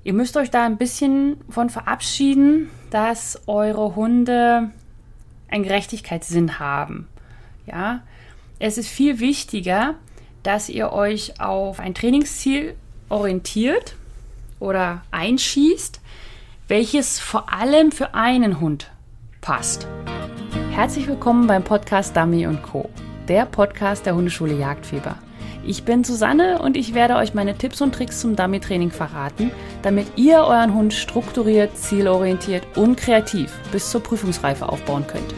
Ihr müsst euch da ein bisschen von verabschieden, dass eure Hunde einen Gerechtigkeitssinn haben. Ja? Es ist viel wichtiger, dass ihr euch auf ein Trainingsziel orientiert oder einschießt, welches vor allem für einen Hund passt. Herzlich willkommen beim Podcast Dummy & Co., der Podcast der Hundeschule Jagdfieber. Ich bin Susanne und ich werde euch meine Tipps und Tricks zum Dummy-Training verraten, damit ihr euren Hund strukturiert, zielorientiert und kreativ bis zur Prüfungsreife aufbauen könnt.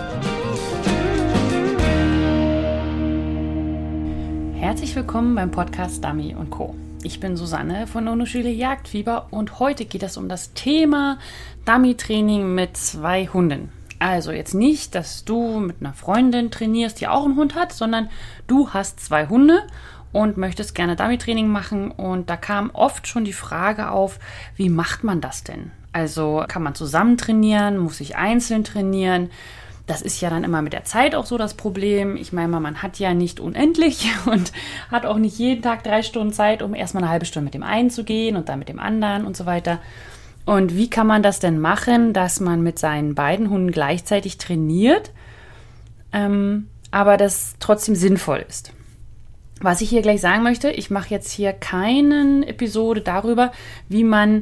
Herzlich willkommen beim Podcast Dummy & Co. Ich bin Susanne von der Hundeschule Jagdfieber und heute geht es um das Thema Dummy-Training mit 2 Hunden. Also jetzt nicht, dass du mit einer Freundin trainierst, die auch einen Hund hat, sondern du hast 2 Hunde und möchtest gerne Dummy-Training machen. Und da kam oft schon die Frage auf, wie macht man das denn? Also kann man zusammen trainieren, muss ich einzeln trainieren? Das ist ja dann immer mit der Zeit auch so das Problem. Ich meine, man hat ja nicht unendlich und hat auch nicht jeden Tag 3 Stunden Zeit, um erstmal eine halbe Stunde mit dem einen zu gehen und dann mit dem anderen und so weiter. Und wie kann man das denn machen, dass man mit seinen beiden Hunden gleichzeitig trainiert, aber das trotzdem sinnvoll ist? Was ich hier gleich sagen möchte, ich mache jetzt hier keine Episode darüber, wie man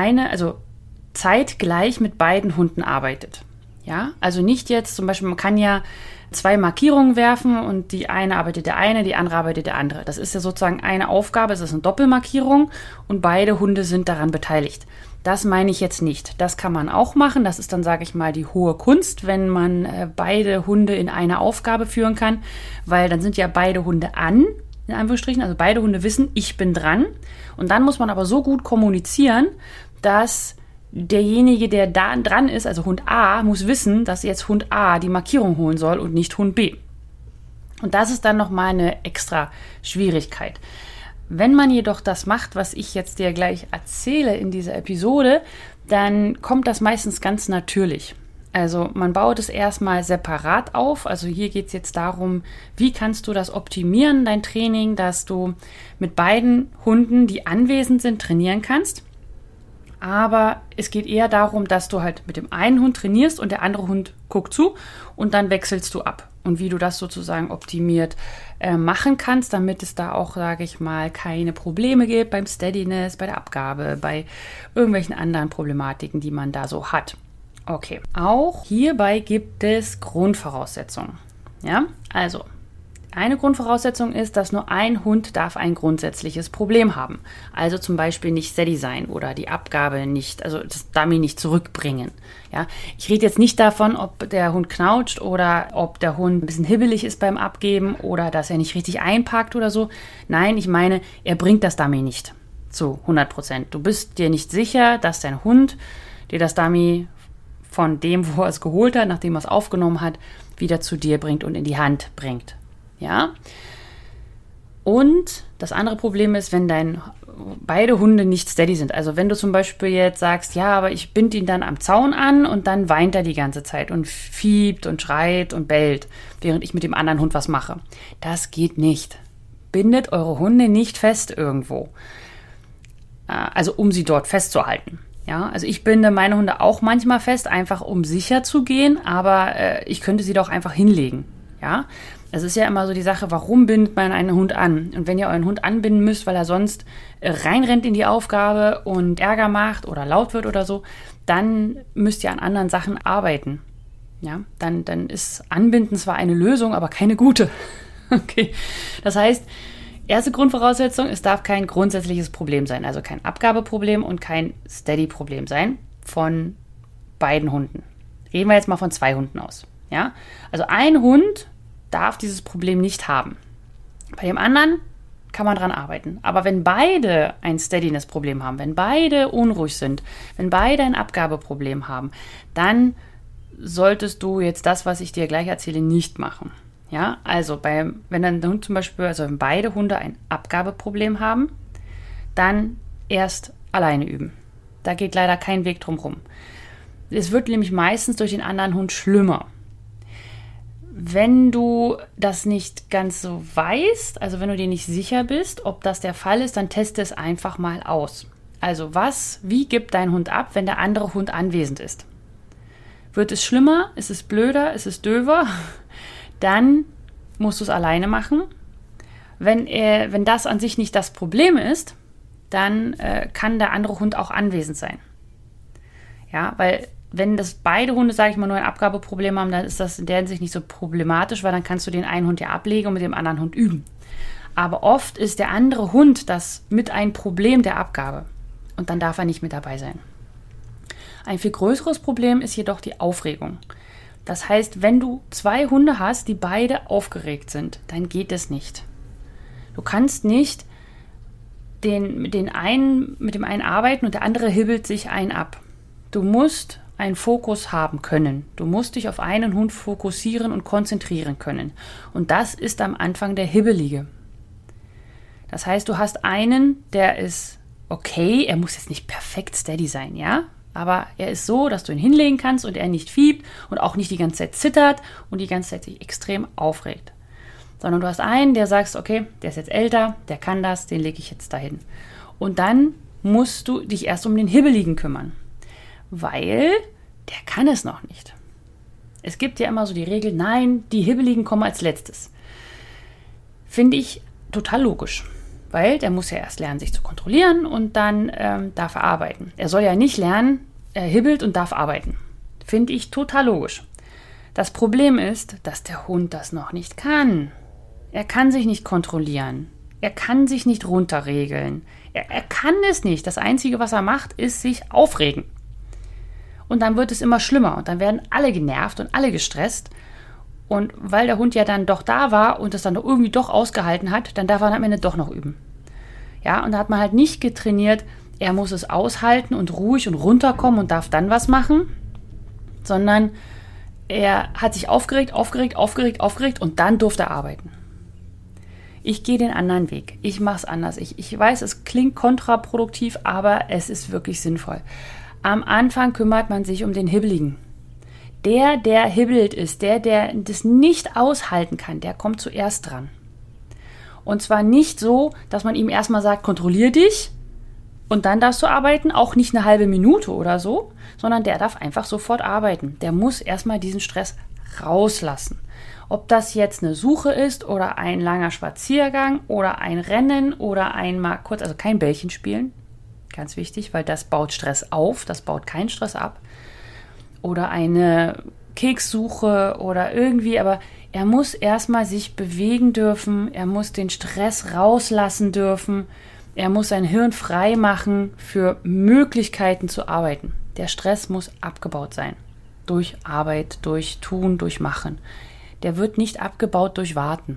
zeitgleich mit beiden Hunden arbeitet. Ja, also nicht jetzt zum Beispiel, man kann ja 2 Markierungen werfen und die eine arbeitet der eine, die andere arbeitet der andere. Das ist ja sozusagen eine Aufgabe, es ist eine Doppelmarkierung und beide Hunde sind daran beteiligt. Das meine ich jetzt nicht. Das kann man auch machen. Das ist dann, sage ich mal, die hohe Kunst, wenn man beide Hunde in eine Aufgabe führen kann, weil dann sind ja beide Hunde an, in Anführungsstrichen, also beide Hunde wissen, ich bin dran. Und dann muss man aber so gut kommunizieren, dass derjenige, der da dran ist, also Hund A, muss wissen, dass jetzt Hund A die Markierung holen soll und nicht Hund B. Und das ist dann nochmal eine extra Schwierigkeit. Wenn man jedoch das macht, was ich jetzt dir gleich erzähle in dieser Episode, dann kommt das meistens ganz natürlich. Also man baut es erstmal separat auf. Also hier geht es jetzt darum, wie kannst du das optimieren, dein Training, dass du mit beiden Hunden, die anwesend sind, trainieren kannst. Aber es geht eher darum, dass du halt mit dem einen Hund trainierst und der andere Hund guckt zu und dann wechselst du ab. Und wie du das sozusagen optimiert machen kannst, damit es da auch, sage ich mal, keine Probleme gibt beim Steadiness, bei der Abgabe, bei irgendwelchen anderen Problematiken, die man da so hat. Okay, auch hierbei gibt es Grundvoraussetzungen. Ja, also eine Grundvoraussetzung ist, dass nur ein Hund darf ein grundsätzliches Problem haben. Also zum Beispiel nicht steady sein oder die Abgabe nicht, also das Dummy nicht zurückbringen. Ja, ich rede jetzt nicht davon, ob der Hund knautscht oder ob der Hund ein bisschen hibbelig ist beim Abgeben oder dass er nicht richtig einpackt oder so. Nein, ich meine, er bringt das Dummy nicht zu 100%. Du bist dir nicht sicher, dass dein Hund dir das Dummy von dem, wo er es geholt hat, nachdem er es aufgenommen hat, wieder zu dir bringt und in die Hand bringt. Ja, und das andere Problem ist, wenn beide Hunde nicht steady sind. Also wenn du zum Beispiel jetzt sagst, ja, aber ich binde ihn dann am Zaun an und dann weint er die ganze Zeit und fiebt und schreit und bellt, während ich mit dem anderen Hund was mache. Das geht nicht. Bindet eure Hunde nicht fest irgendwo. Also um sie dort festzuhalten. Ja, also ich binde meine Hunde auch manchmal fest, einfach um sicher zu gehen, aber ich könnte sie doch einfach hinlegen. Ja, es ist ja immer so die Sache, warum bindet man einen Hund an? Und wenn ihr euren Hund anbinden müsst, weil er sonst reinrennt in die Aufgabe und Ärger macht oder laut wird oder so, dann müsst ihr an anderen Sachen arbeiten. Ja, dann ist Anbinden zwar eine Lösung, aber keine gute. Okay, das heißt, erste Grundvoraussetzung, es darf kein grundsätzliches Problem sein, also kein Abgabeproblem und kein Steady-Problem sein von beiden Hunden. Reden wir jetzt mal von 2 Hunden aus. Ja, also ein Hund darf dieses Problem nicht haben. Bei dem anderen kann man dran arbeiten. Aber wenn beide ein Steadiness-Problem haben, wenn beide unruhig sind, wenn beide ein Abgabeproblem haben, dann solltest du jetzt das, was ich dir gleich erzähle, nicht machen. Ja, also wenn ein Hund zum Beispiel, also wenn beide Hunde ein Abgabeproblem haben, dann erst alleine üben. Da geht leider kein Weg drum rum. Es wird nämlich meistens durch den anderen Hund schlimmer. Wenn du das nicht ganz so weißt, also wenn du dir nicht sicher bist, ob das der Fall ist, dann teste es einfach mal aus. Also wie gibt dein Hund ab, wenn der andere Hund anwesend ist? Wird es schlimmer? Ist es blöder? Ist es döver? Dann musst du es alleine machen. Wenn das an sich nicht das Problem ist, dann kann der andere Hund auch anwesend sein. Ja, weil wenn das beide Hunde, sage ich mal, nur ein Abgabeproblem haben, dann ist das in der Hinsicht nicht so problematisch, weil dann kannst du den einen Hund ja ablegen und mit dem anderen Hund üben. Aber oft ist der andere Hund das mit ein Problem der Abgabe und dann darf er nicht mit dabei sein. Ein viel größeres Problem ist jedoch die Aufregung. Das heißt, wenn du 2 Hunde hast, die beide aufgeregt sind, dann geht es nicht. Du kannst nicht mit dem einen arbeiten und der andere hibbelt sich einen ab. Du musst einen Fokus haben können. Du musst dich auf einen Hund fokussieren und konzentrieren können. Und das ist am Anfang der Hibbelige. Das heißt, du hast einen, der ist okay, er muss jetzt nicht perfekt steady sein, ja? Aber er ist so, dass du ihn hinlegen kannst und er nicht fiebt und auch nicht die ganze Zeit zittert und die ganze Zeit sich extrem aufregt. Sondern du hast einen, der sagst, okay, der ist jetzt älter, der kann das, den lege ich jetzt dahin. Und dann musst du dich erst um den Hibbeligen kümmern. Weil der kann es noch nicht. Es gibt ja immer so die Regel, nein, die Hibbeligen kommen als letztes. Finde ich total logisch, weil der muss ja erst lernen, sich zu kontrollieren und dann darf er arbeiten. Er soll ja nicht lernen, er hibbelt und darf arbeiten. Finde ich total logisch. Das Problem ist, dass der Hund das noch nicht kann. Er kann sich nicht kontrollieren. Er kann sich nicht runterregeln. Er kann es nicht. Das Einzige, was er macht, ist sich aufregen. Und dann wird es immer schlimmer und dann werden alle genervt und alle gestresst. Und weil der Hund ja dann doch da war und es dann irgendwie doch ausgehalten hat, dann darf er am Ende doch noch üben. Ja, und da hat man halt nicht getrainiert, er muss es aushalten und ruhig und runterkommen und darf dann was machen, sondern er hat sich aufgeregt und dann durfte er arbeiten. Ich gehe den anderen Weg. Ich mache es anders. Ich weiß, es klingt kontraproduktiv, aber es ist wirklich sinnvoll. Am Anfang kümmert man sich um den Hibbeligen. Der hibbelt ist, der das nicht aushalten kann, der kommt zuerst dran. Und zwar nicht so, dass man ihm erstmal sagt, kontrollier dich und dann darfst du arbeiten, auch nicht eine halbe Minute oder so, sondern der darf einfach sofort arbeiten. Der muss erstmal diesen Stress rauslassen. Ob das jetzt eine Suche ist oder ein langer Spaziergang oder ein Rennen oder einmal kurz, also kein Bällchen spielen, ganz wichtig, weil das baut Stress auf, das baut keinen Stress ab. Oder eine Kekssuche oder irgendwie, aber er muss erstmal sich bewegen dürfen, er muss den Stress rauslassen dürfen, er muss sein Hirn frei machen für Möglichkeiten zu arbeiten. Der Stress muss abgebaut sein. Durch Arbeit, durch Tun, durch Machen. Der wird nicht abgebaut durch Warten.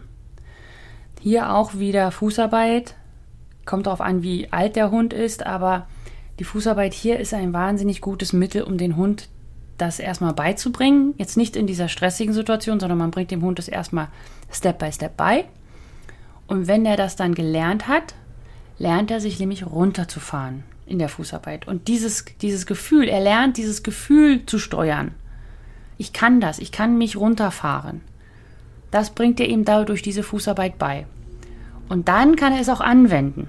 Hier auch wieder Fußarbeit. Kommt darauf an, wie alt der Hund ist, aber die Fußarbeit hier ist ein wahnsinnig gutes Mittel, um den Hund das erstmal beizubringen. Jetzt nicht in dieser stressigen Situation, sondern man bringt dem Hund das erstmal Step by Step bei. Und wenn er das dann gelernt hat, lernt er sich nämlich runterzufahren in der Fußarbeit. Und dieses Gefühl, er lernt dieses Gefühl zu steuern. Ich kann das, ich kann mich runterfahren. Das bringt er ihm dadurch diese Fußarbeit bei. Und dann kann er es auch anwenden.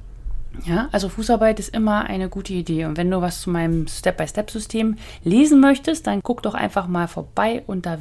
Ja, also Fußarbeit ist immer eine gute Idee. Und wenn du was zu meinem Step-by-Step-System lesen möchtest, dann guck doch einfach mal vorbei unter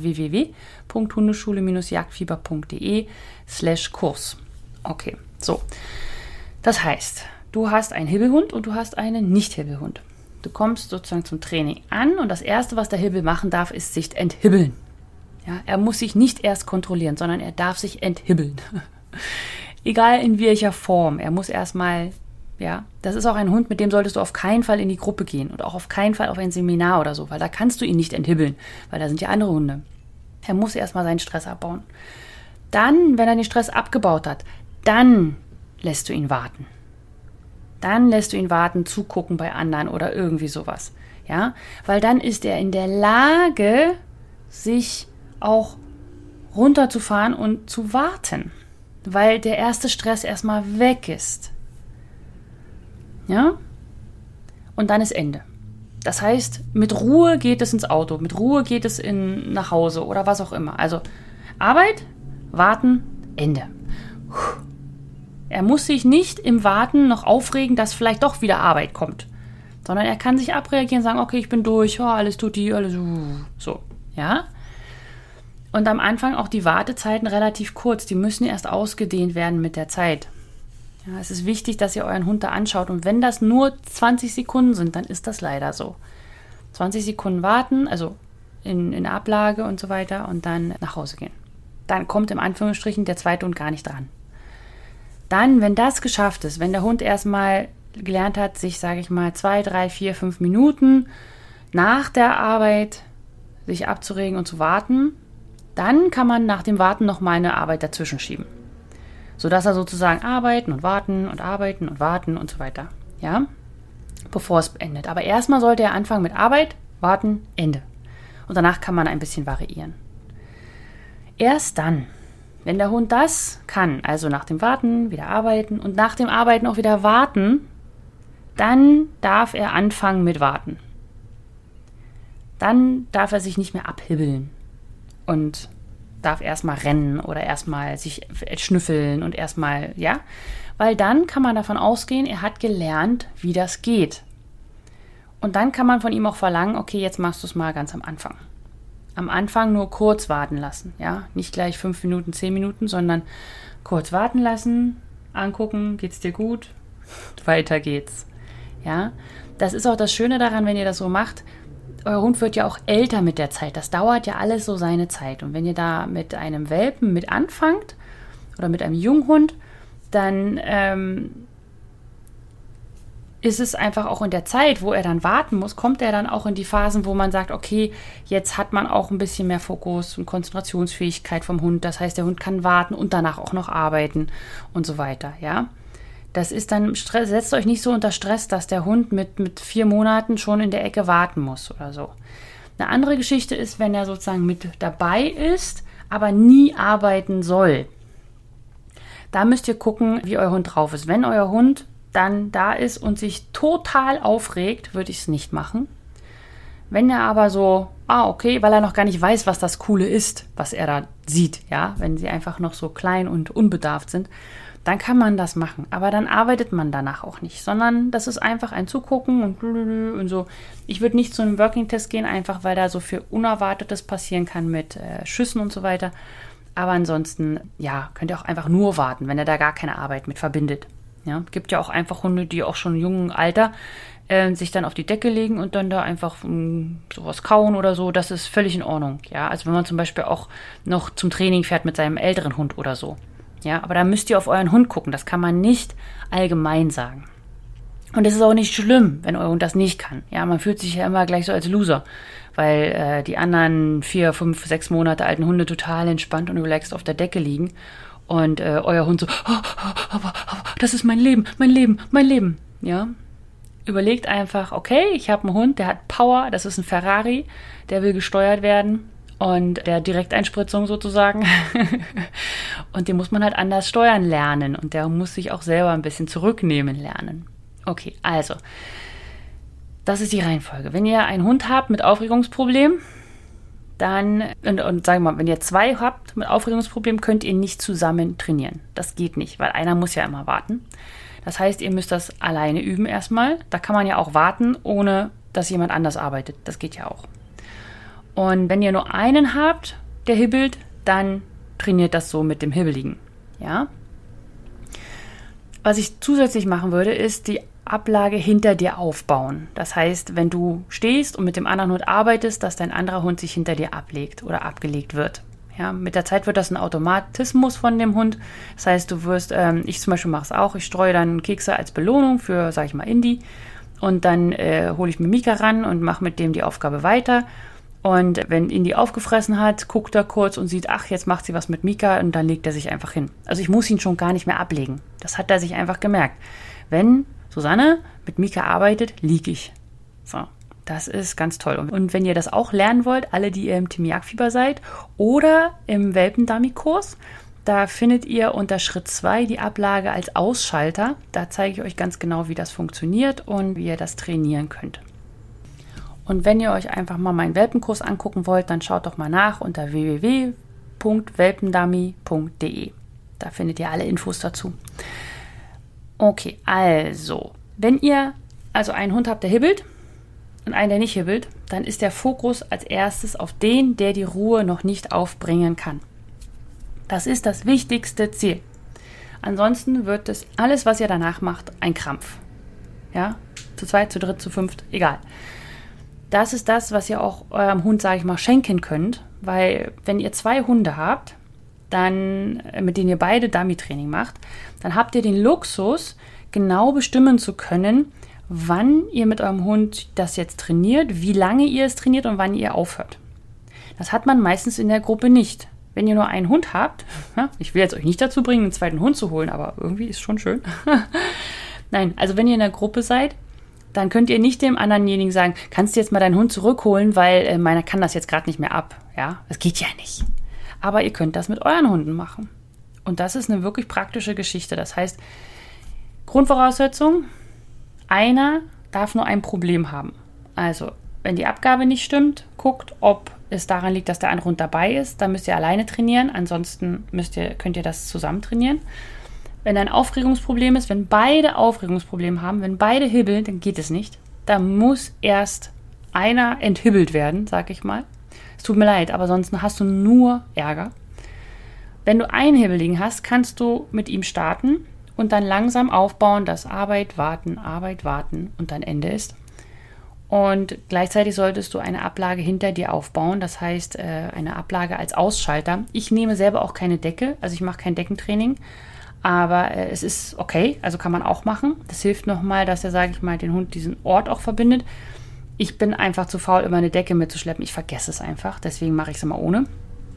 www.hundeschule-jagdfieber.de/Kurs. Okay, so. Das heißt, du hast einen Hibbelhund und du hast einen Nicht-Hibbelhund. Du kommst sozusagen zum Training an und das Erste, was der Hibbel machen darf, ist sich enthibbeln. Ja, er muss sich nicht erst kontrollieren, sondern er darf sich enthibbeln. Egal in welcher Form. Er muss erstmal, ja, das ist auch ein Hund, mit dem solltest du auf keinen Fall in die Gruppe gehen und auch auf keinen Fall auf ein Seminar oder so, weil da kannst du ihn nicht enthibbeln, weil da sind ja andere Hunde. Er muss erstmal seinen Stress abbauen. Dann, wenn er den Stress abgebaut hat, dann lässt du ihn warten. Dann lässt du ihn warten, zugucken bei anderen oder irgendwie sowas. Ja, weil dann ist er in der Lage, sich auch runterzufahren und zu warten. Weil der erste Stress erstmal weg ist. Ja? Und dann ist Ende. Das heißt, mit Ruhe geht es ins Auto, mit Ruhe geht es nach Hause oder was auch immer. Also Arbeit, warten, Ende. Er muss sich nicht im Warten noch aufregen, dass vielleicht doch wieder Arbeit kommt, sondern er kann sich abreagieren und sagen, okay, ich bin durch, alles tutti, alles so, ja. Und am Anfang auch die Wartezeiten relativ kurz, die müssen erst ausgedehnt werden mit der Zeit. Ja, es ist wichtig, dass ihr euren Hund da anschaut und wenn das nur 20 Sekunden sind, dann ist das leider so. 20 Sekunden warten, also in Ablage und so weiter und dann nach Hause gehen. Dann kommt im Anführungsstrichen der zweite Hund gar nicht dran. Dann, wenn das geschafft ist, wenn der Hund erstmal gelernt hat, sich, sage ich mal, 2, 3, 4, 5 Minuten nach der Arbeit sich abzuregen und zu warten, dann kann man nach dem Warten nochmal eine Arbeit dazwischen schieben. Sodass er sozusagen arbeiten und warten und so weiter. Ja? Bevor es endet. Aber erstmal sollte er anfangen mit Arbeit, warten, Ende. Und danach kann man ein bisschen variieren. Erst dann, wenn der Hund das kann, also nach dem Warten wieder arbeiten und nach dem Arbeiten auch wieder warten, dann darf er anfangen mit Warten. Dann darf er sich nicht mehr abhibbeln und darf erstmal rennen oder erstmal sich schnüffeln und erstmal, ja, weil dann kann man davon ausgehen, er hat gelernt, wie das geht. Und dann kann man von ihm auch verlangen, okay, jetzt machst du es mal ganz am Anfang. Am Anfang nur kurz warten lassen, ja, nicht gleich 5 Minuten, 10 Minuten, sondern kurz warten lassen, angucken, geht's dir gut, weiter geht's, ja. Das ist auch das Schöne daran, wenn ihr das so macht, euer Hund wird ja auch älter mit der Zeit. Das dauert ja alles so seine Zeit. Und wenn ihr da mit einem Welpen mit anfangt oder mit einem Junghund, dann ist es einfach auch in der Zeit, wo er dann warten muss, kommt er dann auch in die Phasen, wo man sagt, okay, jetzt hat man auch ein bisschen mehr Fokus und Konzentrationsfähigkeit vom Hund. Das heißt, der Hund kann warten und danach auch noch arbeiten und so weiter, ja. Das ist dann, setzt euch nicht so unter Stress, dass der Hund mit 4 Monaten schon in der Ecke warten muss oder so. Eine andere Geschichte ist, wenn er sozusagen mit dabei ist, aber nie arbeiten soll. Da müsst ihr gucken, wie euer Hund drauf ist. Wenn euer Hund dann da ist und sich total aufregt, würde ich es nicht machen. Wenn er aber so, okay, weil er noch gar nicht weiß, was das Coole ist, was er da sieht, ja, wenn sie einfach noch so klein und unbedarft sind, dann kann man das machen. Aber dann arbeitet man danach auch nicht, sondern das ist einfach ein Zugucken und so. Ich würde nicht zu einem Working-Test gehen, einfach weil da so viel Unerwartetes passieren kann mit Schüssen und so weiter. Aber ansonsten, ja, könnt ihr auch einfach nur warten, wenn er da gar keine Arbeit mit verbindet. Ja, gibt ja auch einfach Hunde, die auch schon im jungen Alter sich dann auf die Decke legen und dann da einfach sowas kauen oder so. Das ist völlig in Ordnung. Ja, also wenn man zum Beispiel auch noch zum Training fährt mit seinem älteren Hund oder so. Ja, aber da müsst ihr auf euren Hund gucken. Das kann man nicht allgemein sagen. Und es ist auch nicht schlimm, wenn euer Hund das nicht kann. Ja, man fühlt sich ja immer gleich so als Loser, weil die anderen 4, 5, 6 Monate alten Hunde total entspannt und relaxed auf der Decke liegen und euer Hund so, aber das ist mein Leben. Ja, überlegt einfach, okay, ich habe einen Hund, der hat Power, das ist ein Ferrari, der will gesteuert werden. Und der Direkteinspritzung sozusagen. Und den muss man halt anders steuern lernen. Und der muss sich auch selber ein bisschen zurücknehmen lernen. Okay, also, das ist die Reihenfolge. Wenn ihr einen Hund habt mit Aufregungsproblem, dann, und sagen wir mal, wenn ihr 2 habt mit Aufregungsproblem, könnt ihr nicht zusammen trainieren. Das geht nicht, weil einer muss ja immer warten. Das heißt, ihr müsst das alleine üben erstmal. Da kann man ja auch warten, ohne dass jemand anders arbeitet. Das geht ja auch. Und wenn ihr nur einen habt, der hibbelt, dann trainiert das so mit dem Hibbeligen. Ja? Was ich zusätzlich machen würde, ist die Ablage hinter dir aufbauen. Das heißt, wenn du stehst und mit dem anderen Hund arbeitest, dass dein anderer Hund sich hinter dir ablegt oder abgelegt wird. Ja, mit der Zeit wird das ein Automatismus von dem Hund. Das heißt, du wirst, ich zum Beispiel mache es auch, ich streue dann Kekse als Belohnung für, sag ich mal, Indy. Und dann hole ich mir Mika ran und mache mit dem die Aufgabe weiter. Und wenn Indy aufgefressen hat, guckt er kurz und sieht, ach, jetzt macht sie was mit Mika und dann legt er sich einfach hin. Also ich muss ihn schon gar nicht mehr ablegen. Das hat er sich einfach gemerkt. Wenn Susanne mit Mika arbeitet, liege ich. So, das ist ganz toll. Und wenn ihr das auch lernen wollt, alle, die ihr im Team Jagdfieber seid oder im Welpendummy-Kurs, da findet ihr unter Schritt 2 die Ablage als Ausschalter. Da zeige ich euch ganz genau, wie das funktioniert und wie ihr das trainieren könnt. Und wenn ihr euch einfach mal meinen Welpenkurs angucken wollt, dann schaut doch mal nach unter www.welpendummy.de. Da findet ihr alle Infos dazu. Okay, also, wenn ihr also einen Hund habt, der hibbelt und einen, der nicht hibbelt, dann ist der Fokus als erstes auf den, der die Ruhe noch nicht aufbringen kann. Das ist das wichtigste Ziel. Ansonsten wird das alles, was ihr danach macht, ein Krampf. Ja, zu zweit, zu dritt, zu fünft, egal. Das ist das, was ihr auch eurem Hund, sage ich mal, schenken könnt, weil wenn ihr 2 Hunde habt, dann, mit denen ihr beide Dummy-Training macht, dann habt ihr den Luxus, genau bestimmen zu können, wann ihr mit eurem Hund das jetzt trainiert, wie lange ihr es trainiert und wann ihr aufhört. Das hat man meistens in der Gruppe nicht. Wenn ihr nur einen Hund habt, ja, ich will jetzt euch nicht dazu bringen, einen zweiten Hund zu holen, aber irgendwie ist schon schön. Nein, also wenn ihr in der Gruppe seid, dann könnt ihr nicht dem anderenjenigen sagen, kannst du jetzt mal deinen Hund zurückholen, weil meiner kann das jetzt gerade nicht mehr ab. Ja, das geht ja nicht. Aber ihr könnt das mit euren Hunden machen. Und das ist eine wirklich praktische Geschichte. Das heißt, Grundvoraussetzung, einer darf nur ein Problem haben. Also, wenn die Abgabe nicht stimmt, guckt, ob es daran liegt, dass der andere Hund dabei ist. Dann müsst ihr alleine trainieren. Ansonsten könnt ihr das zusammen trainieren. Wenn ein Aufregungsproblem ist, wenn beide Aufregungsprobleme haben, wenn beide hibbeln, dann geht es nicht. Da muss erst einer enthibbelt werden, sag ich mal. Es tut mir leid, aber sonst hast du nur Ärger. Wenn du einen Hibbeligen hast, kannst du mit ihm starten und dann langsam aufbauen, dass Arbeit, Warten und dann Ende ist. Und gleichzeitig solltest du eine Ablage hinter dir aufbauen, das heißt eine Ablage als Ausschalter. Ich nehme selber auch keine Decke, also ich mache kein Deckentraining, aber es ist okay, also kann man auch machen. Das hilft nochmal, dass er, sage ich mal, den Hund diesen Ort auch verbindet. Ich bin einfach zu faul, immer eine Decke mitzuschleppen. Ich vergesse es einfach, deswegen mache ich es immer ohne.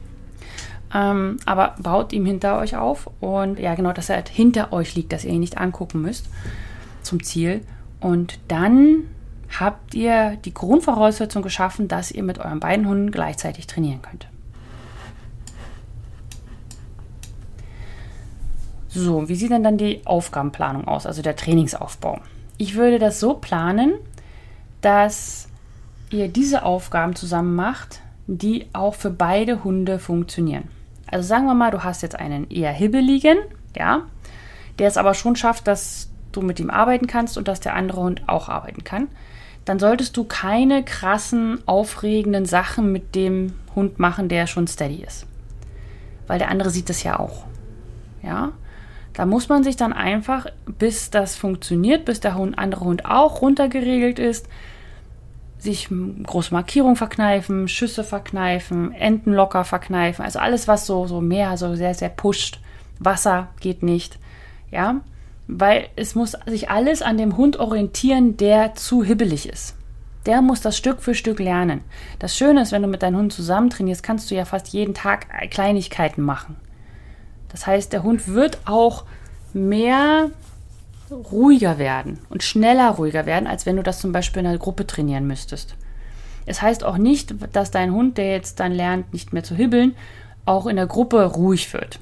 Aber baut ihm hinter euch auf und ja genau, dass er halt hinter euch liegt, dass ihr ihn nicht angucken müsst zum Ziel. Und dann habt ihr die Grundvoraussetzung geschaffen, dass ihr mit euren beiden Hunden gleichzeitig trainieren könnt. So, wie sieht denn dann die Aufgabenplanung aus, also der Trainingsaufbau? Ich würde das so planen, dass ihr diese Aufgaben zusammen macht, die auch für beide Hunde funktionieren. Also sagen wir mal, du hast jetzt einen eher hibbeligen, ja, der es aber schon schafft, dass du mit ihm arbeiten kannst und dass der andere Hund auch arbeiten kann. Dann solltest du keine krassen, aufregenden Sachen mit dem Hund machen, der schon steady ist. Weil der andere sieht das ja auch. Ja, da muss man sich dann einfach, bis das funktioniert, bis der andere Hund auch runtergeregelt ist, sich große Markierungen verkneifen, Schüsse verkneifen, Enten locker verkneifen, also alles, was so mehr, so sehr, sehr pusht. Wasser geht nicht, ja, weil es muss sich alles an dem Hund orientieren, der zu hibbelig ist. Der muss das Stück für Stück lernen. Das Schöne ist, wenn du mit deinem Hund zusammen trainierst, kannst du ja fast jeden Tag Kleinigkeiten machen. Das heißt, der Hund wird auch mehr ruhiger werden und schneller ruhiger werden, als wenn du das zum Beispiel in einer Gruppe trainieren müsstest. Es heißt auch nicht, dass dein Hund, der jetzt dann lernt, nicht mehr zu hibbeln, auch in der Gruppe ruhig wird.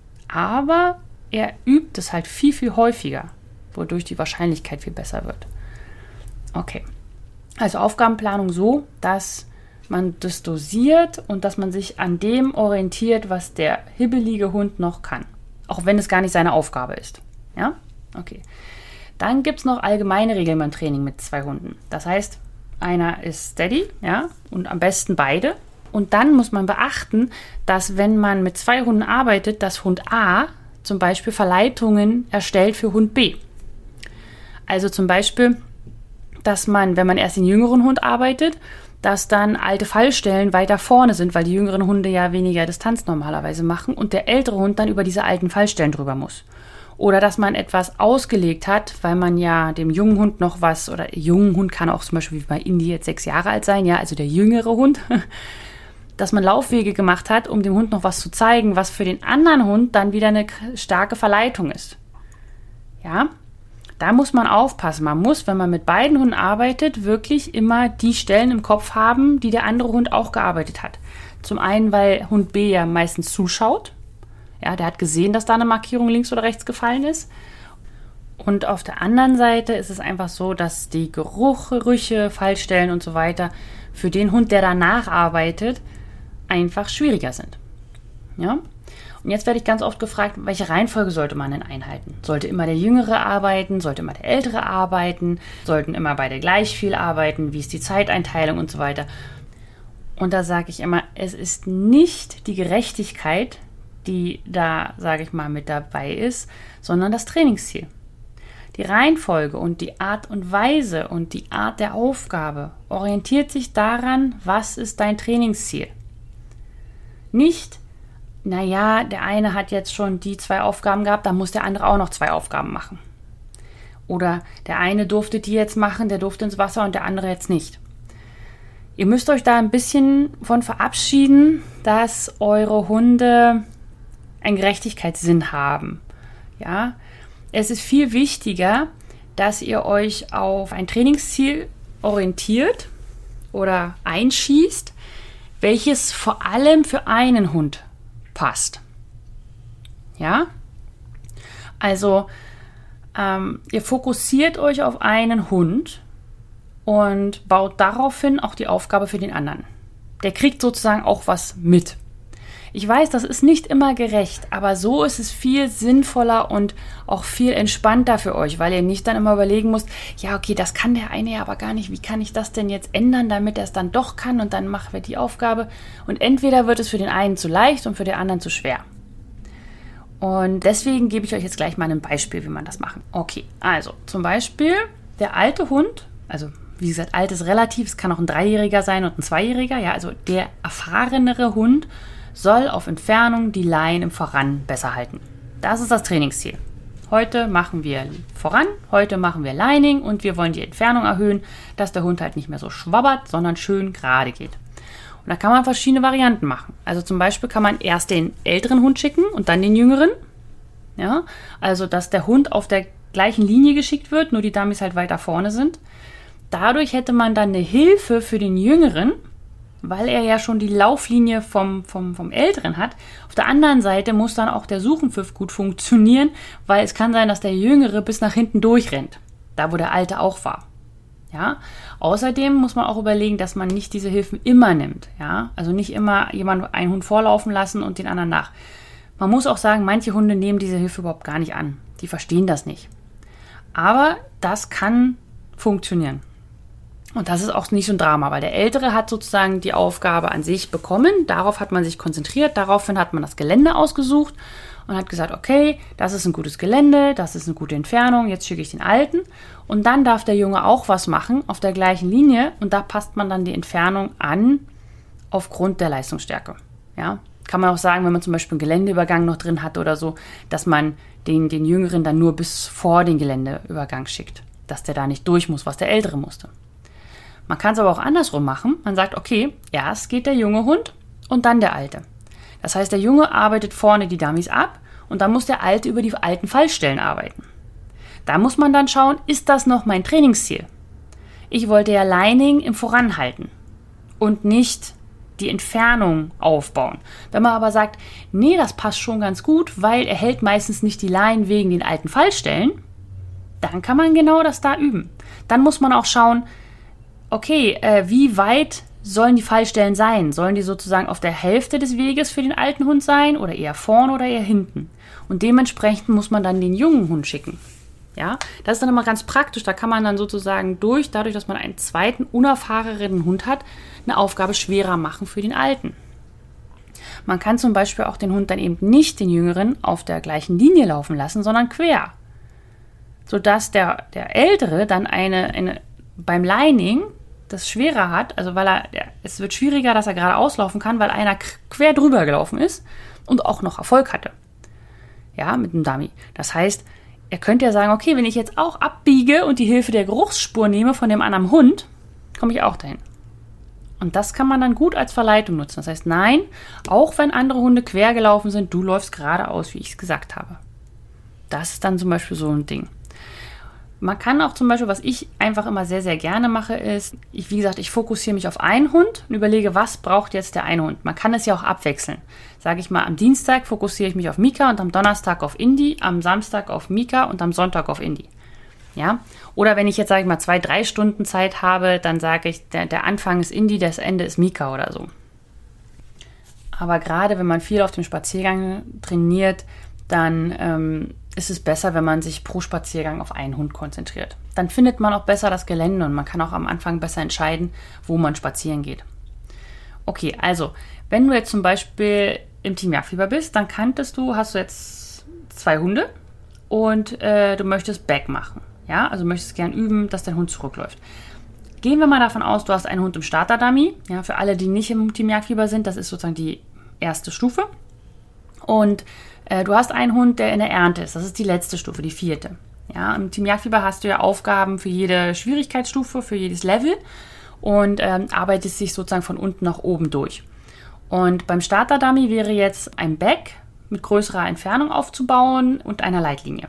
Aber er übt es halt viel, viel häufiger, wodurch die Wahrscheinlichkeit viel besser wird. Okay, also Aufgabenplanung so, dass man das dosiert und dass man sich an dem orientiert, was der hibbelige Hund noch kann. Auch wenn es gar nicht seine Aufgabe ist. Ja? Okay. Dann gibt es noch allgemeine Regeln beim Training mit 2 Hunden. Das heißt, einer ist steady, ja, und am besten beide. Und dann muss man beachten, dass wenn man mit 2 Hunden arbeitet, dass Hund A zum Beispiel Verleitungen erstellt für Hund B. Also zum Beispiel, dass man, wenn man erst den jüngeren Hund arbeitet, dass dann alte Fallstellen weiter vorne sind, weil die jüngeren Hunde ja weniger Distanz normalerweise machen und der ältere Hund dann über diese alten Fallstellen drüber muss. Oder dass man etwas ausgelegt hat, weil man ja dem jungen Hund noch was, oder jungen Hund kann auch zum Beispiel wie bei Indy jetzt 6 Jahre alt sein, ja, also der jüngere Hund, dass man Laufwege gemacht hat, um dem Hund noch was zu zeigen, was für den anderen Hund dann wieder eine starke Verleitung ist. Ja, da muss man aufpassen. Man muss, wenn man mit beiden Hunden arbeitet, wirklich immer die Stellen im Kopf haben, die der andere Hund auch gearbeitet hat. Zum einen, weil Hund B ja meistens zuschaut. Ja, der hat gesehen, dass da eine Markierung links oder rechts gefallen ist. Und auf der anderen Seite ist es einfach so, dass die Gerüche, Fallstellen und so weiter für den Hund, der danach arbeitet, einfach schwieriger sind. Ja? Und jetzt werde ich ganz oft gefragt, welche Reihenfolge sollte man denn einhalten? Sollte immer der Jüngere arbeiten? Sollte immer der Ältere arbeiten? Sollten immer beide gleich viel arbeiten? Wie ist die Zeiteinteilung und so weiter? Und da sage ich immer, es ist nicht die Gerechtigkeit, die da, sage ich mal, mit dabei ist, sondern das Trainingsziel. Die Reihenfolge und die Art und Weise und die Art der Aufgabe orientiert sich daran, was ist dein Trainingsziel. Nicht, naja, der eine hat jetzt schon die 2 Aufgaben gehabt, dann muss der andere auch noch 2 Aufgaben machen. Oder der eine durfte die jetzt machen, der durfte ins Wasser und der andere jetzt nicht. Ihr müsst euch da ein bisschen von verabschieden, dass eure Hunde einen Gerechtigkeitssinn haben. Ja, es ist viel wichtiger, dass ihr euch auf ein Trainingsziel orientiert oder einschießt, welches vor allem für einen Hund passt. Ja, also ihr fokussiert euch auf einen Hund und baut daraufhin auch die Aufgabe für den anderen. Der kriegt sozusagen auch was mit. Ich weiß, das ist nicht immer gerecht, aber so ist es viel sinnvoller und auch viel entspannter für euch, weil ihr nicht dann immer überlegen müsst, ja, okay, das kann der eine ja aber gar nicht, wie kann ich das denn jetzt ändern, damit er es dann doch kann und dann machen wir die Aufgabe und entweder wird es für den einen zu leicht und für den anderen zu schwer. Und deswegen gebe ich euch jetzt gleich mal ein Beispiel, wie man das machen. Okay, also zum Beispiel der alte Hund, also wie gesagt, alt ist relativ, es kann auch ein 3-Jähriger sein und ein 2-Jähriger, ja, also der erfahrenere Hund soll auf Entfernung die Leine im Voran besser halten. Das ist das Trainingsziel. Heute machen wir Voran, heute machen wir Lining und wir wollen die Entfernung erhöhen, dass der Hund halt nicht mehr so schwabbert, sondern schön gerade geht. Und da kann man verschiedene Varianten machen. Also zum Beispiel kann man erst den älteren Hund schicken und dann den jüngeren. Ja, also dass der Hund auf der gleichen Linie geschickt wird, nur die Dummies halt weiter vorne sind. Dadurch hätte man dann eine Hilfe für den Jüngeren, weil er ja schon die Lauflinie vom Älteren hat. Auf der anderen Seite muss dann auch der Suchenpfiff gut funktionieren, weil es kann sein, dass der Jüngere bis nach hinten durchrennt, da wo der Alte auch war. Ja? Außerdem muss man auch überlegen, dass man nicht diese Hilfen immer nimmt. Ja? Also nicht immer einen Hund vorlaufen lassen und den anderen nach. Man muss auch sagen, manche Hunde nehmen diese Hilfe überhaupt gar nicht an. Die verstehen das nicht. Aber das kann funktionieren. Und das ist auch nicht so ein Drama, weil der Ältere hat sozusagen die Aufgabe an sich bekommen. Darauf hat man sich konzentriert. Daraufhin hat man das Gelände ausgesucht und hat gesagt, okay, das ist ein gutes Gelände, das ist eine gute Entfernung, jetzt schicke ich den Alten. Und dann darf der Junge auch was machen auf der gleichen Linie und da passt man dann die Entfernung an aufgrund der Leistungsstärke. Ja, kann man auch sagen, wenn man zum Beispiel einen Geländeübergang noch drin hat oder so, dass man den Jüngeren dann nur bis vor den Geländeübergang schickt, dass der da nicht durch muss, was der Ältere musste. Man kann es aber auch andersrum machen. Man sagt, okay, erst geht der junge Hund und dann der Alte. Das heißt, der Junge arbeitet vorne die Dummies ab und dann muss der Alte über die alten Fallstellen arbeiten. Da muss man dann schauen, ist das noch mein Trainingsziel? Ich wollte ja Lining im Voranhalten und nicht die Entfernung aufbauen. Wenn man aber sagt, nee, das passt schon ganz gut, weil er hält meistens nicht die Line wegen den alten Fallstellen, dann kann man genau das da üben. Dann muss man auch schauen, okay, wie weit sollen die Fallstellen sein? Sollen die sozusagen auf der Hälfte des Weges für den alten Hund sein oder eher vorne oder eher hinten? Und dementsprechend muss man dann den jungen Hund schicken. Ja, das ist dann immer ganz praktisch. Da kann man dann sozusagen dadurch, dass man einen zweiten, unerfahrenen Hund hat, eine Aufgabe schwerer machen für den Alten. Man kann zum Beispiel auch den Hund dann eben nicht den Jüngeren auf der gleichen Linie laufen lassen, sondern quer. Sodass der Ältere dann beim Lining das schwerer hat, also weil es wird schwieriger, dass er gerade auslaufen kann, weil einer quer drüber gelaufen ist und auch noch Erfolg hatte. Ja, mit dem Dummy. Das heißt, er könnte ja sagen, okay, wenn ich jetzt auch abbiege und die Hilfe der Geruchsspur nehme von dem anderen Hund, komme ich auch dahin. Und das kann man dann gut als Verleitung nutzen. Das heißt, nein, auch wenn andere Hunde quer gelaufen sind, du läufst geradeaus, wie ich es gesagt habe. Das ist dann zum Beispiel so ein Ding. Man kann auch zum Beispiel, was ich einfach immer sehr, sehr gerne mache, ist, wie gesagt, ich fokussiere mich auf einen Hund und überlege, was braucht jetzt der eine Hund. Man kann es ja auch abwechseln. Sage ich mal, am Dienstag fokussiere ich mich auf Mika und am Donnerstag auf Indy, am Samstag auf Mika und am Sonntag auf Indy. Ja? Oder wenn ich jetzt, sage ich mal, 2-3 Stunden Zeit habe, dann sage ich, der Anfang ist Indy, das Ende ist Mika oder so. Aber gerade wenn man viel auf dem Spaziergang trainiert, dann ist es besser, wenn man sich pro Spaziergang auf einen Hund konzentriert. Dann findet man auch besser das Gelände und man kann auch am Anfang besser entscheiden, wo man spazieren geht. Okay, also, wenn du jetzt zum Beispiel im Team Jagdfieber bist, dann hast du jetzt 2 Hunde und du möchtest Back machen. Ja, also möchtest gern üben, dass dein Hund zurückläuft. Gehen wir mal davon aus, du hast einen Hund im Starter-Dummy. Ja, für alle, die nicht im Team Jagdfieber sind, das ist sozusagen die erste Stufe. Und du hast einen Hund, der in der Ernte ist. Das ist die letzte Stufe, die 4. Ja, im Team Jagdfieber hast du ja Aufgaben für jede Schwierigkeitsstufe, für jedes Level und arbeitest dich sozusagen von unten nach oben durch. Und beim Starter-Dummy wäre jetzt ein Back mit größerer Entfernung aufzubauen und einer Leitlinie.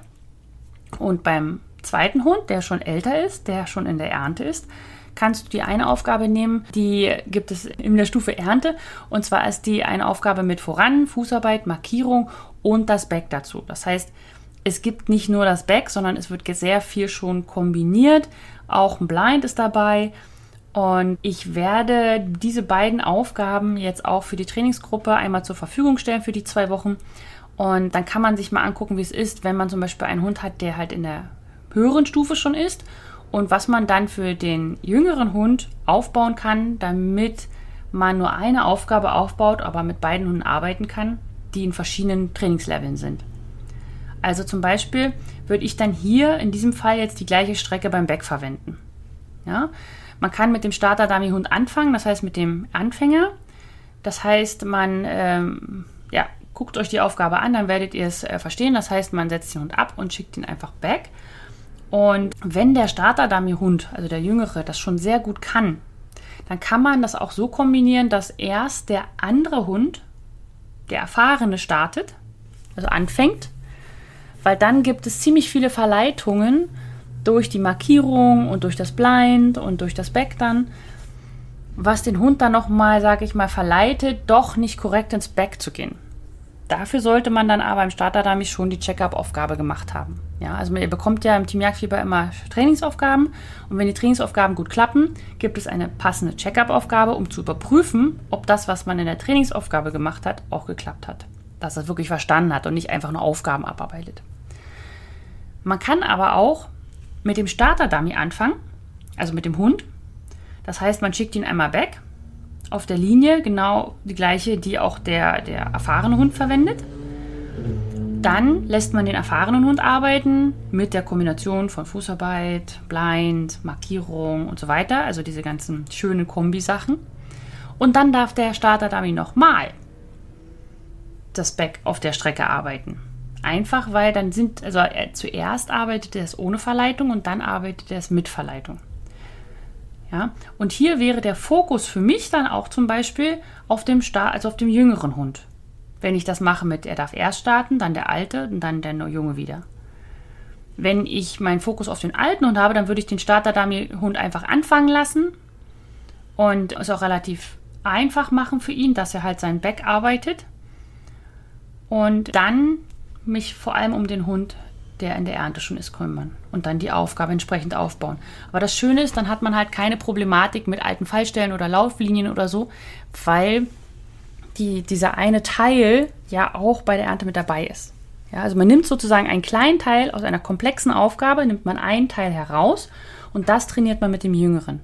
Und beim zweiten Hund, der schon älter ist, der schon in der Ernte ist, kannst du die eine Aufgabe nehmen, die gibt es in der Stufe Ernte. Und zwar ist die eine Aufgabe mit Voran, Fußarbeit, Markierung und das Back dazu. Das heißt, es gibt nicht nur das Back, sondern es wird sehr viel schon kombiniert. Auch ein Blind ist dabei. Und ich werde diese beiden Aufgaben jetzt auch für die Trainingsgruppe einmal zur Verfügung stellen für die 2 Wochen. Und dann kann man sich mal angucken, wie es ist, wenn man zum Beispiel einen Hund hat, der halt in der höheren Stufe schon ist und was man dann für den jüngeren Hund aufbauen kann, damit man nur eine Aufgabe aufbaut, aber mit beiden Hunden arbeiten kann, die in verschiedenen Trainingsleveln sind. Also zum Beispiel würde ich dann hier in diesem Fall jetzt die gleiche Strecke beim Back verwenden. Ja? Man kann mit dem Starter-Dummy-Hund anfangen, das heißt mit dem Anfänger. Das heißt, man guckt euch die Aufgabe an, dann werdet ihr es verstehen. Das heißt, man setzt den Hund ab und schickt ihn einfach back. Und wenn der Starter-Dummy-Hund, also der Jüngere, das schon sehr gut kann, dann kann man das auch so kombinieren, dass erst der andere Hund, der Erfahrene, startet, also anfängt, weil dann gibt es ziemlich viele Verleitungen durch die Markierung und durch das Blind und durch das Back dann, was den Hund dann nochmal, verleitet, doch nicht korrekt ins Back zu gehen. Dafür sollte man dann aber im Starter-Dummy schon die Check-up-Aufgabe gemacht haben. Ja, also ihr bekommt ja im Team Jagdfieber immer Trainingsaufgaben und wenn die Trainingsaufgaben gut klappen, gibt es eine passende Check-up-Aufgabe, um zu überprüfen, ob das, was man in der Trainingsaufgabe gemacht hat, auch geklappt hat. Dass er es wirklich verstanden hat und nicht einfach nur Aufgaben abarbeitet. Man kann aber auch mit dem Starter-Dummy anfangen, also mit dem Hund. Das heißt, man schickt ihn einmal back auf der Linie, genau die gleiche, die auch der erfahrene Hund verwendet. Dann lässt man den erfahrenen Hund arbeiten mit der Kombination von Fußarbeit, Blind, Markierung und so weiter, also diese ganzen schönen Kombisachen. Und dann darf der Starter-Dummy nochmal das Back auf der Strecke arbeiten. Einfach, weil dann zuerst arbeitet er es ohne Verleitung und dann arbeitet er es mit Verleitung. Ja, und hier wäre der Fokus für mich dann auch zum Beispiel auf dem auf dem jüngeren Hund. Wenn ich das mache er darf erst starten, dann der alte und dann der Junge wieder. Wenn ich meinen Fokus auf den alten Hund habe, dann würde ich den Starter-Dummy-Hund einfach anfangen lassen und es auch relativ einfach machen für ihn, dass er halt sein Back arbeitet und dann mich vor allem um den Hund, der in der Ernte schon ist, kümmern und dann die Aufgabe entsprechend aufbauen. Aber das Schöne ist, dann hat man halt keine Problematik mit alten Fallstellen oder Lauflinien oder so, weil dieser eine Teil ja auch bei der Ernte mit dabei ist. Ja, also man nimmt sozusagen einen kleinen Teil aus einer komplexen Aufgabe, nimmt man einen Teil heraus und das trainiert man mit dem Jüngeren.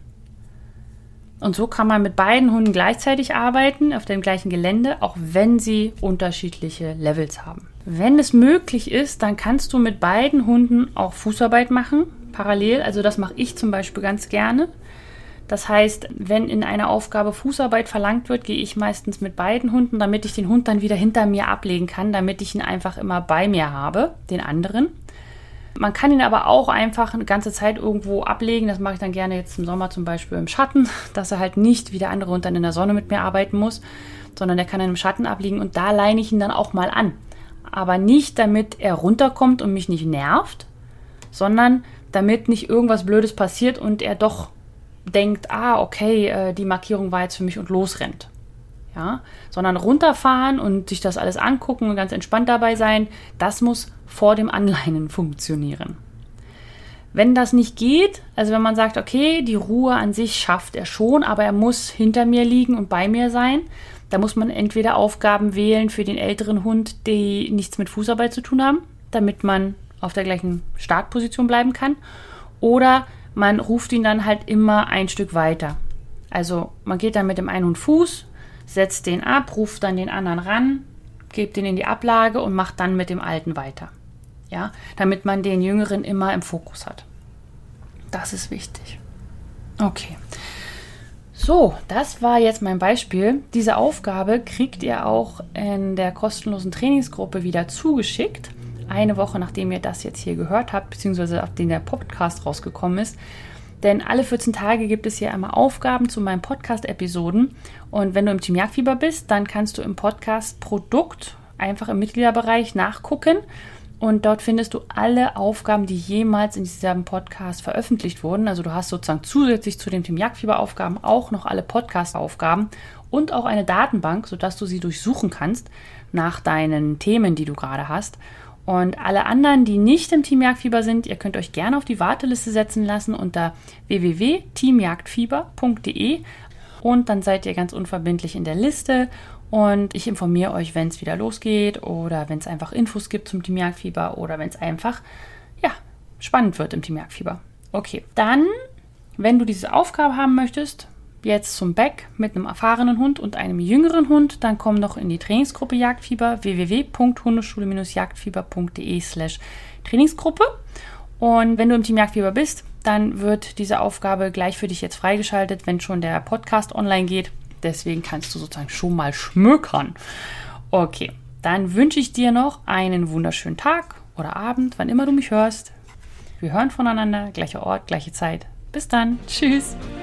Und so kann man mit beiden Hunden gleichzeitig arbeiten, auf dem gleichen Gelände, auch wenn sie unterschiedliche Levels haben. Wenn es möglich ist, dann kannst du mit beiden Hunden auch Fußarbeit machen, parallel. Also das mache ich zum Beispiel ganz gerne. Das heißt, wenn in einer Aufgabe Fußarbeit verlangt wird, gehe ich meistens mit beiden Hunden, damit ich den Hund dann wieder hinter mir ablegen kann, damit ich ihn einfach immer bei mir habe, den anderen. Man kann ihn aber auch einfach eine ganze Zeit irgendwo ablegen. Das mache ich dann gerne jetzt im Sommer zum Beispiel im Schatten, dass er halt nicht wie der andere Hund dann in der Sonne mit mir arbeiten muss, sondern der kann dann im Schatten abliegen und da leine ich ihn dann auch mal an. Aber nicht, damit er runterkommt und mich nicht nervt, sondern damit nicht irgendwas Blödes passiert und er doch denkt, okay, die Markierung war jetzt für mich und losrennt. Ja? Sondern runterfahren und sich das alles angucken und ganz entspannt dabei sein, das muss vor dem Anleinen funktionieren. Wenn das nicht geht, also wenn man sagt, okay, die Ruhe an sich schafft er schon, aber er muss hinter mir liegen und bei mir sein, Da muss man entweder Aufgaben wählen für den älteren Hund, die nichts mit Fußarbeit zu tun haben, damit man auf der gleichen Startposition bleiben kann. Oder man ruft ihn dann halt immer ein Stück weiter. Also man geht dann mit dem einen Hund Fuß, setzt den ab, ruft dann den anderen ran, gibt den in die Ablage und macht dann mit dem Alten weiter. Ja, damit man den Jüngeren immer im Fokus hat. Das ist wichtig. Okay. So, das war jetzt mein Beispiel. Diese Aufgabe kriegt ihr auch in der kostenlosen Trainingsgruppe wieder zugeschickt. Eine Woche, nachdem ihr das jetzt hier gehört habt, beziehungsweise nachdem der Podcast rausgekommen ist. Denn alle 14 Tage gibt es hier einmal Aufgaben zu meinen Podcast-Episoden. Und wenn du im Team Jagdfieber bist, dann kannst du im Podcast Produkt einfach im Mitgliederbereich nachgucken. Und dort findest du alle Aufgaben, die jemals in diesem Podcast veröffentlicht wurden. Also du hast sozusagen zusätzlich zu den Team Jagdfieber-Aufgaben auch noch alle Podcast-Aufgaben und auch eine Datenbank, sodass du sie durchsuchen kannst nach deinen Themen, die du gerade hast. Und alle anderen, die nicht im Team Jagdfieber sind, ihr könnt euch gerne auf die Warteliste setzen lassen unter www.teamjagdfieber.de und dann seid ihr ganz unverbindlich in der Liste. Und ich informiere euch, wenn es wieder losgeht oder wenn es einfach Infos gibt zum Team Jagdfieber oder wenn es einfach, spannend wird im Team Jagdfieber. Okay, dann, wenn du diese Aufgabe haben möchtest, jetzt zum Back mit einem erfahrenen Hund und einem jüngeren Hund, dann komm doch in die Trainingsgruppe Jagdfieber www.hundeschule-jagdfieber.de/Trainingsgruppe. Und wenn du im Team Jagdfieber bist, dann wird diese Aufgabe gleich für dich jetzt freigeschaltet, wenn schon der Podcast online geht. Deswegen kannst du sozusagen schon mal schmökern. Okay, dann wünsche ich dir noch einen wunderschönen Tag oder Abend, wann immer du mich hörst. Wir hören voneinander, gleicher Ort, gleiche Zeit. Bis dann. Tschüss.